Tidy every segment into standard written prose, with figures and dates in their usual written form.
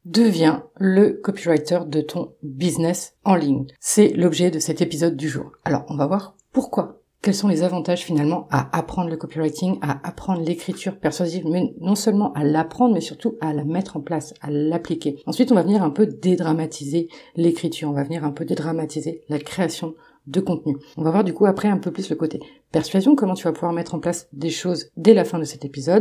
Deviens le copywriter de ton business en ligne. C'est l'objet de cet épisode du jour. Alors, on va voir pourquoi. Quels sont les avantages finalement à apprendre le copywriting, à apprendre l'écriture persuasive, mais non seulement à l'apprendre, mais surtout à la mettre en place, à l'appliquer. Ensuite, on va venir un peu dédramatiser l'écriture, on va venir un peu dédramatiser la création de contenu. On va voir du coup après un peu plus le côté persuasion, comment tu vas pouvoir mettre en place des choses dès la fin de cet épisode.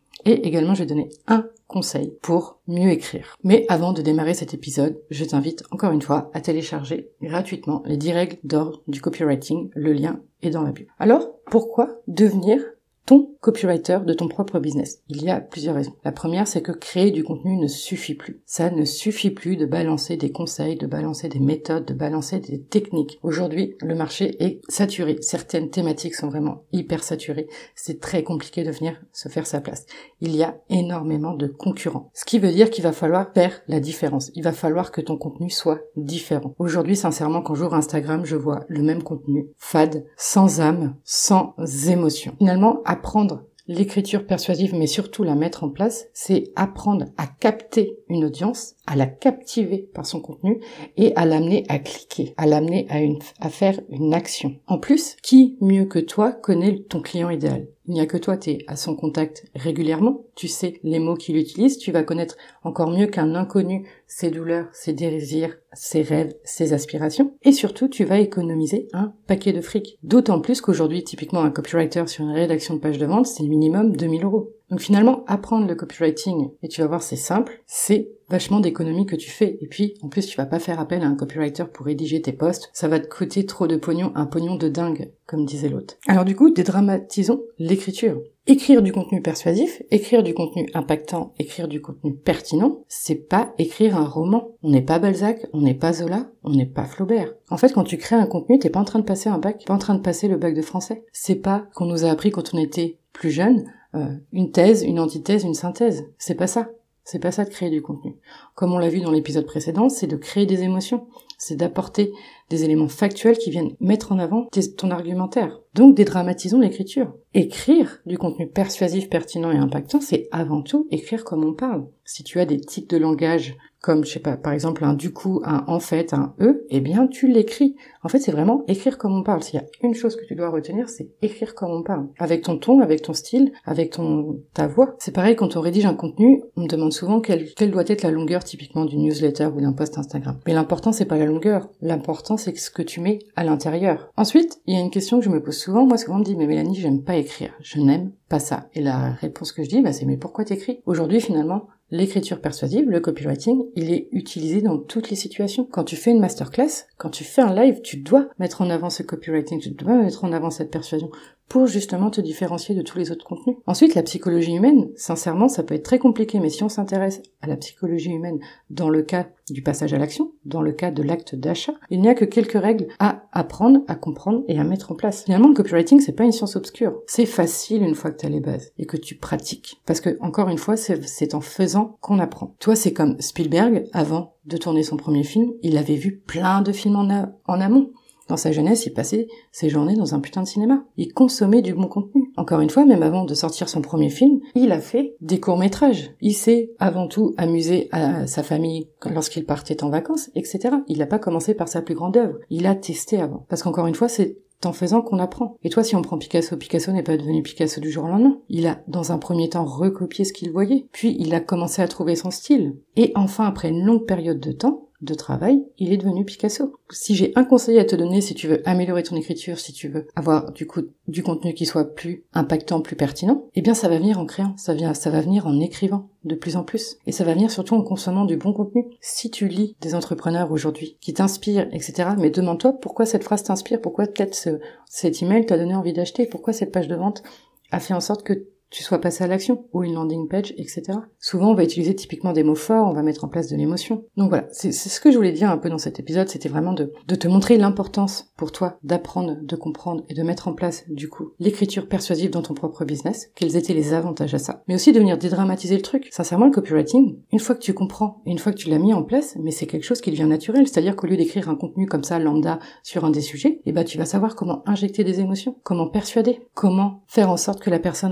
Et également, je vais donner un conseil pour mieux écrire. Mais avant de démarrer cet épisode, je t'invite encore une fois à télécharger gratuitement les 10 règles d'or du copywriting. Le lien est dans la bio. Alors, pourquoi devenir ton copywriter de ton propre business? Il y a plusieurs raisons. La première, c'est que créer du contenu ne suffit plus. Ça ne suffit plus de balancer des conseils, de balancer des méthodes, de balancer des techniques. Aujourd'hui, le marché est saturé. Certaines thématiques sont vraiment hyper saturées. C'est très compliqué de venir se faire sa place. Il y a énormément de concurrents. Ce qui veut dire qu'il va falloir faire la différence. Il va falloir que ton contenu soit différent. Aujourd'hui, sincèrement, quand j'ouvre Instagram, je vois le même contenu, fade, sans âme, sans émotion. Finalement, apprendre l'écriture persuasive, mais surtout la mettre en place, c'est apprendre à capter une audience, à la captiver par son contenu et à l'amener à cliquer, à l'amener à faire une action. En plus, qui mieux que toi connaît ton client idéal? Il n'y a que toi, tu es à son contact régulièrement, tu sais les mots qu'il utilise, tu vas connaître encore mieux qu'un inconnu ses douleurs, ses désirs, ses rêves, ses aspirations, et surtout tu vas économiser un paquet de fric. D'autant plus qu'aujourd'hui, typiquement un copywriter sur une rédaction de page de vente, c'est minimum 2000 €. Donc finalement, apprendre le copywriting, et tu vas voir c'est simple, c'est vachement d'économies que tu fais. Et puis, en plus, tu vas pas faire appel à un copywriter pour rédiger tes posts. Ça va te coûter trop de pognon, un pognon de dingue, comme disait l'autre. Alors du coup, dédramatisons l'écriture. Écrire du contenu persuasif, écrire du contenu impactant, écrire du contenu pertinent, c'est pas écrire un roman. On n'est pas Balzac, on n'est pas Zola, on n'est pas Flaubert. En fait, quand tu crées un contenu, t'es pas en train de passer un bac, t'es pas en train de passer le bac de français. C'est pas qu'on nous a appris quand on était plus jeune, une thèse, une antithèse, une synthèse. C'est pas ça. C'est pas ça de créer du contenu. Comme on l'a vu dans l'épisode précédent, c'est de créer des émotions. C'est d'apporter des éléments factuels qui viennent mettre en avant ton argumentaire. Donc, dédramatisons l'écriture. Écrire du contenu persuasif, pertinent et impactant, c'est avant tout écrire comme on parle. Si tu as des tics de langage comme, je sais pas, par exemple un du coup, un en fait, un eh bien, tu l'écris. En fait, c'est vraiment écrire comme on parle. S'il y a une chose que tu dois retenir, c'est écrire comme on parle. Avec ton ton, avec ton style, avec ta voix. C'est pareil, quand on rédige un contenu, on me demande souvent quelle doit être la longueur typiquement d'une newsletter ou d'un post Instagram. Mais l'important, c'est pas la longueur. L'important, c'est ce que tu mets à l'intérieur. Ensuite, il y a une question que je me pose souvent. Moi, souvent, on me dit, mais Mélanie, j'aime pas écrire. Je n'aime pas ça. Et la réponse que je dis, c'est, mais pourquoi t'écris? Aujourd'hui, finalement, l'écriture persuasive, le copywriting, il est utilisé dans toutes les situations. Quand tu fais une masterclass, quand tu fais un live, tu dois mettre en avant ce copywriting, tu dois mettre en avant cette persuasion pour justement te différencier de tous les autres contenus. Ensuite, la psychologie humaine, sincèrement, ça peut être très compliqué, mais si on s'intéresse à la psychologie humaine dans le cas du passage à l'action, dans le cas de l'acte d'achat, il n'y a que quelques règles à apprendre, à comprendre et à mettre en place. Finalement, le copywriting, c'est pas une science obscure. C'est facile une fois que tu as les bases et que tu pratiques. Parce que, encore une fois, c'est en faisant qu'on apprend. Toi, c'est comme Spielberg, avant de tourner son premier film, il avait vu plein de films en amont. Dans sa jeunesse, il passait ses journées dans un putain de cinéma. Il consommait du bon contenu. Encore une fois, même avant de sortir son premier film, il a fait des courts-métrages. Il s'est avant tout amusé à sa famille lorsqu'il partait en vacances, etc. Il n'a pas commencé par sa plus grande œuvre. Il a testé avant. Parce qu'encore une fois, c'est en faisant qu'on apprend. Et toi, si on prend Picasso, Picasso n'est pas devenu Picasso du jour au lendemain. Il a, dans un premier temps, recopié ce qu'il voyait. Puis, il a commencé à trouver son style. Et enfin, après une longue période de temps, de travail, il est devenu Picasso. Si j'ai un conseil à te donner, si tu veux améliorer ton écriture, si tu veux avoir du contenu qui soit plus impactant, plus pertinent, eh bien ça va venir en créant, ça va venir en écrivant de plus en plus. Et ça va venir surtout en consommant du bon contenu. Si tu lis des entrepreneurs aujourd'hui qui t'inspirent, etc., mais demande-toi pourquoi cette phrase t'inspire, pourquoi peut-être cet email t'a donné envie d'acheter, pourquoi cette page de vente a fait en sorte que tu sois passé à l'action, ou une landing page, etc. Souvent, on va utiliser typiquement des mots forts, on va mettre en place de l'émotion. Donc voilà, c'est ce que je voulais dire un peu dans cet épisode, c'était vraiment de te montrer l'importance pour toi d'apprendre, de comprendre et de mettre en place, du coup, l'écriture persuasive dans ton propre business, quels étaient les avantages à ça, mais aussi de venir dédramatiser le truc. Sincèrement, le copywriting, une fois que tu comprends, une fois que tu l'as mis en place, mais c'est quelque chose qui devient naturel, c'est-à-dire qu'au lieu d'écrire un contenu comme ça, lambda, sur un des sujets, tu vas savoir comment injecter des émotions, comment persuader, comment faire en sorte que la personne en face de toi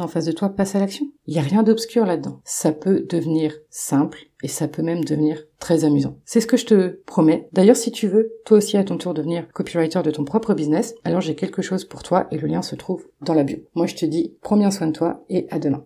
toi, passe à l'action. Il n'y a rien d'obscur là-dedans. Ça peut devenir simple et ça peut même devenir très amusant. C'est ce que je te promets. D'ailleurs, si tu veux, toi aussi à ton tour devenir copywriter de ton propre business, alors j'ai quelque chose pour toi et le lien se trouve dans la bio. Moi, je te dis, prends bien soin de toi et à demain.